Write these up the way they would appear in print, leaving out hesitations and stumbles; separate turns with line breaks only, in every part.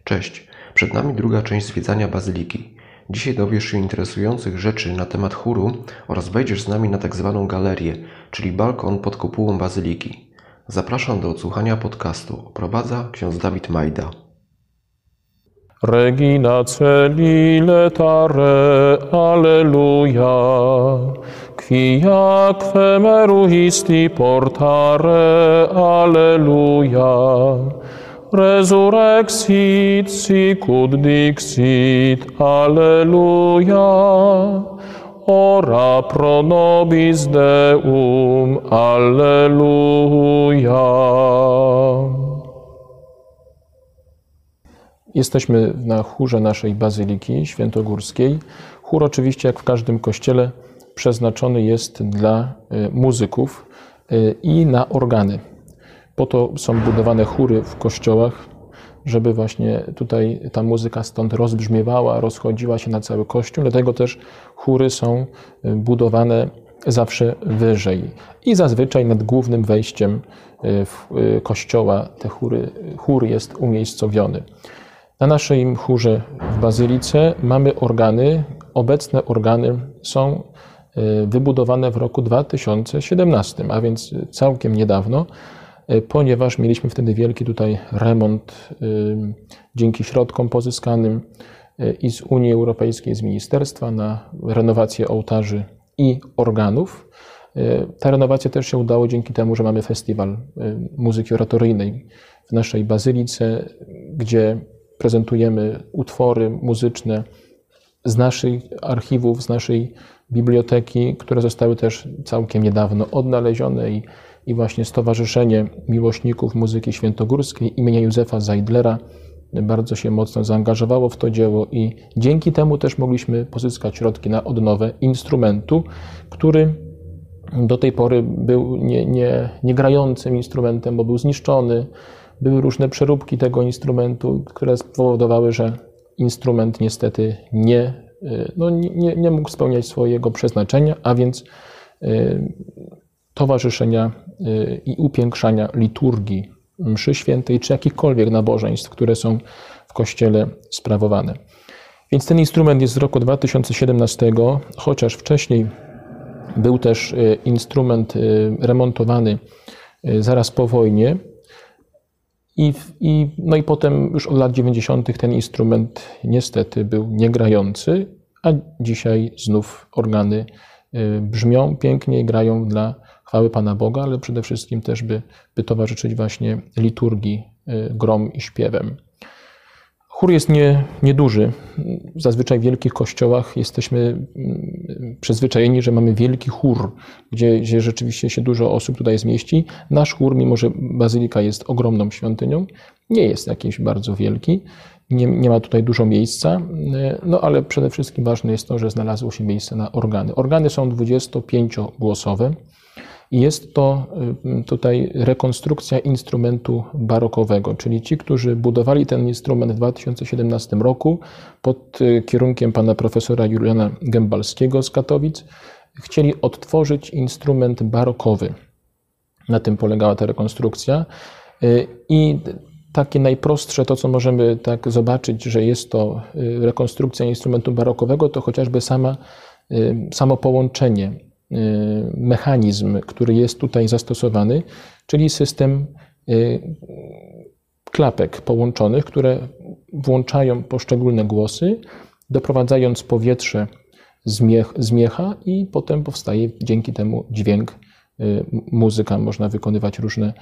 Cześć, przed nami druga część zwiedzania bazyliki. Dzisiaj dowiesz się interesujących rzeczy na temat chóru oraz wejdziesz z nami na tak zwaną galerię, czyli balkon pod kopułą bazyliki. Zapraszam do odsłuchania podcastu. Oprowadza ksiądz Dawid Majda.
Regina celi letare, alleluja, quia quemeruisti portare, alleluja, resurrexit sicut dixit, alleluja, ora pro nobis Deum, alleluja. Jesteśmy na chórze naszej Bazyliki Świętogórskiej. Chór oczywiście, jak w każdym kościele, przeznaczony jest dla muzyków i na organy. Po to są budowane chóry w kościołach, żeby właśnie tutaj ta muzyka stąd rozbrzmiewała, rozchodziła się na cały kościół. Dlatego też chóry są budowane zawsze wyżej. I zazwyczaj nad głównym wejściem kościoła chór jest umiejscowiony. Na naszym chórze w Bazylice mamy organy. Obecne organy są wybudowane w roku 2017, a więc całkiem niedawno, ponieważ mieliśmy wtedy wielki tutaj remont dzięki środkom pozyskanym i z Unii Europejskiej, z ministerstwa na renowację ołtarzy i organów. Ta renowacja też się udało dzięki temu, że mamy festiwal muzyki oratoryjnej w naszej Bazylice, gdzie prezentujemy utwory muzyczne z naszych archiwów, z naszej biblioteki, które zostały też całkiem niedawno odnalezione i właśnie Stowarzyszenie Miłośników Muzyki Świętogórskiej imienia Józefa Zajdlera bardzo się mocno zaangażowało w to dzieło i dzięki temu też mogliśmy pozyskać środki na odnowę instrumentu, który do tej pory był nie grającym instrumentem, bo był zniszczony. Były różne przeróbki tego instrumentu, które spowodowały, że instrument niestety nie mógł spełniać swojego przeznaczenia, a więc towarzyszenia i upiększania liturgii mszy świętej czy jakichkolwiek nabożeństw, które są w kościele sprawowane. Więc ten instrument jest z roku 2017, chociaż wcześniej był też instrument remontowany zaraz po wojnie. No i potem już od lat 90. ten instrument niestety był niegrający, a dzisiaj znów organy brzmią pięknie i grają dla chwały Pana Boga, ale przede wszystkim też, by towarzyszyć właśnie liturgii grom i śpiewem. Chór jest nieduży. Zazwyczaj w wielkich kościołach jesteśmy przyzwyczajeni, że mamy wielki chór, gdzie rzeczywiście się dużo osób tutaj zmieści. Nasz chór, mimo że bazylika jest ogromną świątynią, nie jest jakiś bardzo wielki. Nie ma tutaj dużo miejsca, no ale przede wszystkim ważne jest to, że znalazło się miejsce na organy. Organy są 25-głosowe. I jest to tutaj rekonstrukcja instrumentu barokowego, czyli ci, którzy budowali ten instrument w 2017 roku pod kierunkiem pana profesora Juliana Gębalskiego z Katowic, chcieli odtworzyć instrument barokowy. Na tym polegała ta rekonstrukcja. I takie najprostsze, to co możemy tak zobaczyć, że jest to rekonstrukcja instrumentu barokowego, to chociażby samo połączenie, mechanizm, który jest tutaj zastosowany, czyli system klapek połączonych, które włączają poszczególne głosy, doprowadzając powietrze z miecha i potem powstaje dzięki temu dźwięk, muzyka. Można wykonywać różne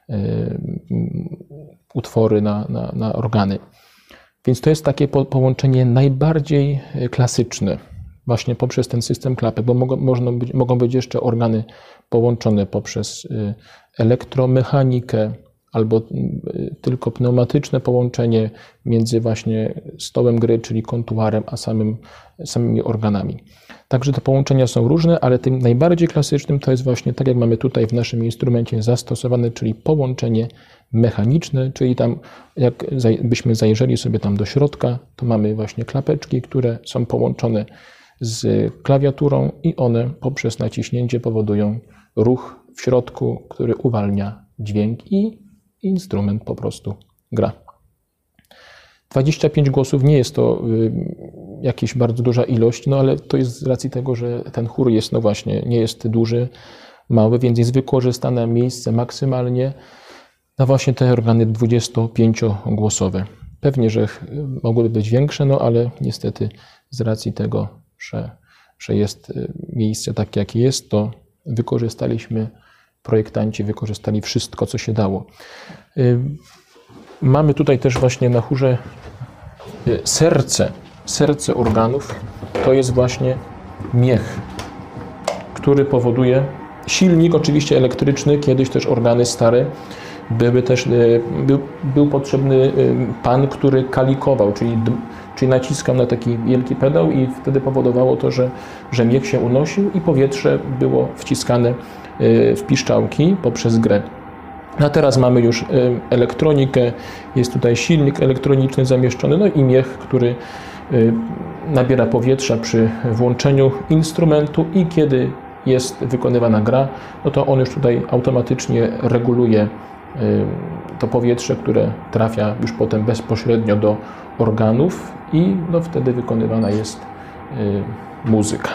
utwory na organy. Więc to jest takie połączenie najbardziej klasyczne, właśnie poprzez ten system klapek, bo mogą być jeszcze organy połączone poprzez elektromechanikę albo tylko pneumatyczne połączenie między właśnie stołem gry, czyli kontuarem, a samymi organami. Także te połączenia są różne, ale tym najbardziej klasycznym to jest właśnie tak, jak mamy tutaj w naszym instrumencie zastosowane, czyli połączenie mechaniczne, czyli tam jakbyśmy zajrzeli sobie tam do środka, to mamy właśnie klapeczki, które są połączone z klawiaturą i one poprzez naciśnięcie powodują ruch w środku, który uwalnia dźwięk i instrument po prostu gra. 25 głosów nie jest to jakaś bardzo duża ilość, no ale to jest z racji tego, że ten chór jest, no właśnie, nie jest duży, mały, więc jest wykorzystane miejsce maksymalnie na właśnie te organy 25-głosowe. Pewnie, że mogłyby być większe, no ale niestety z racji tego, że jest miejsce takie, jakie jest, to projektanci wykorzystali wszystko, co się dało. Mamy tutaj też właśnie na chórze serce organów, to jest właśnie miech, który powoduje silnik oczywiście elektryczny, kiedyś też organy stare, był potrzebny pan, który kalikował, czyli naciskał na taki wielki pedał i wtedy powodowało to, że miech się unosił i powietrze było wciskane w piszczałki poprzez grę. A teraz mamy już elektronikę, jest tutaj silnik elektroniczny zamieszczony, no i miech, który nabiera powietrza przy włączeniu instrumentu i kiedy jest wykonywana gra, no to on już tutaj automatycznie reguluje to powietrze, które trafia już potem bezpośrednio do organów i no wtedy wykonywana jest muzyka.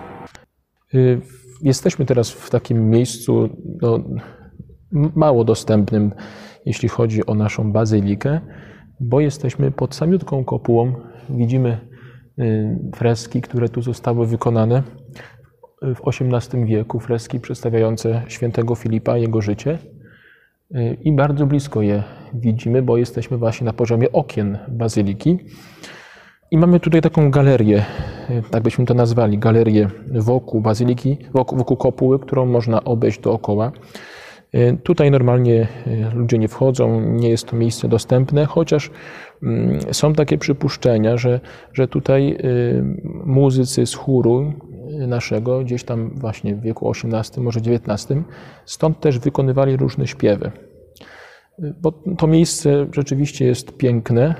Jesteśmy teraz w takim miejscu mało dostępnym, jeśli chodzi o naszą bazylikę, bo jesteśmy pod samiutką kopułą. Widzimy freski, które tu zostały wykonane w XVIII wieku, freski przedstawiające świętego Filipa, jego życie. I bardzo blisko je widzimy, bo jesteśmy właśnie na poziomie okien bazyliki. I mamy tutaj taką galerię, tak byśmy to nazwali, galerię wokół bazyliki, wokół kopuły, którą można obejść dookoła. Tutaj normalnie ludzie nie wchodzą, nie jest to miejsce dostępne, chociaż są takie przypuszczenia, że tutaj muzycy z chóru naszego, gdzieś tam właśnie w wieku XVIII, może XIX, stąd też wykonywali różne śpiewy. Bo to miejsce rzeczywiście jest piękne,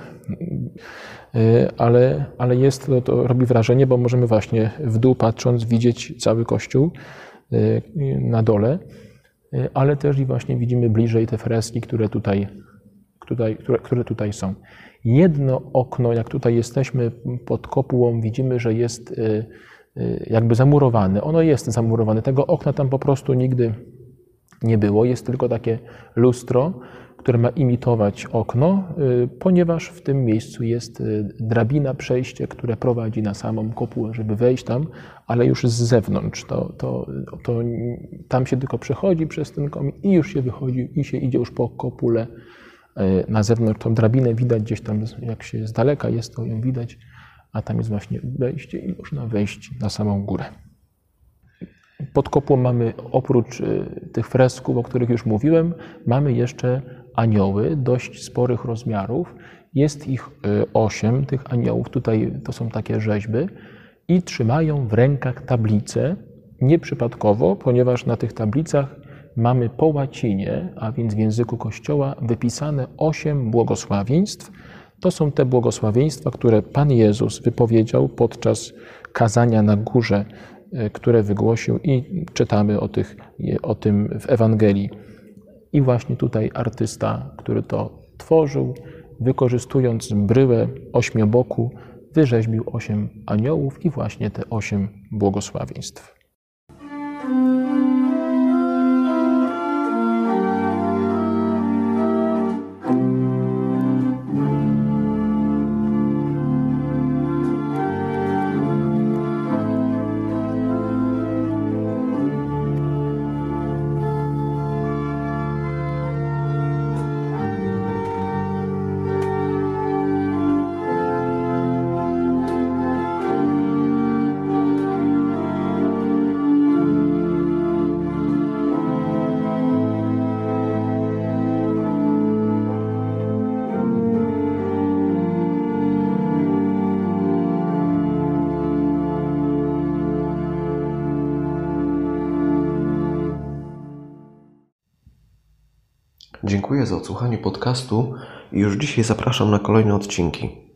ale jest, to robi wrażenie, bo możemy właśnie w dół patrząc widzieć cały kościół na dole, ale też i właśnie widzimy bliżej te freski, które tutaj są. Jedno okno, jak tutaj jesteśmy pod kopułą, widzimy, że jest jakby zamurowane. Ono jest zamurowane. Tego okna tam po prostu nigdy nie było. Jest tylko takie lustro, które ma imitować okno, ponieważ w tym miejscu jest drabina, przejście, które prowadzi na samą kopułę, żeby wejść tam, ale już z zewnątrz. Tam się tylko przechodzi przez ten komin i już się wychodzi i się idzie już po kopule na zewnątrz. Tą drabinę widać gdzieś tam, jak się z daleka jest, to ją widać, a tam jest właśnie wejście i można wejść na samą górę. Pod kopułą mamy oprócz tych fresków, o których już mówiłem, mamy jeszcze anioły dość sporych rozmiarów. Jest ich 8, tych aniołów. Tutaj to są takie rzeźby i trzymają w rękach tablice. Nieprzypadkowo, ponieważ na tych tablicach mamy po łacinie, a więc w języku Kościoła, wypisane 8 błogosławieństw. To są te błogosławieństwa, które Pan Jezus wypowiedział podczas kazania na górze, które wygłosił i czytamy o tym w Ewangelii. I właśnie tutaj artysta, który to tworzył, wykorzystując bryłę ośmioboku, wyrzeźbił 8 aniołów i właśnie te 8 błogosławieństw.
Dziękuję za odsłuchanie podcastu i już dzisiaj zapraszam na kolejne odcinki.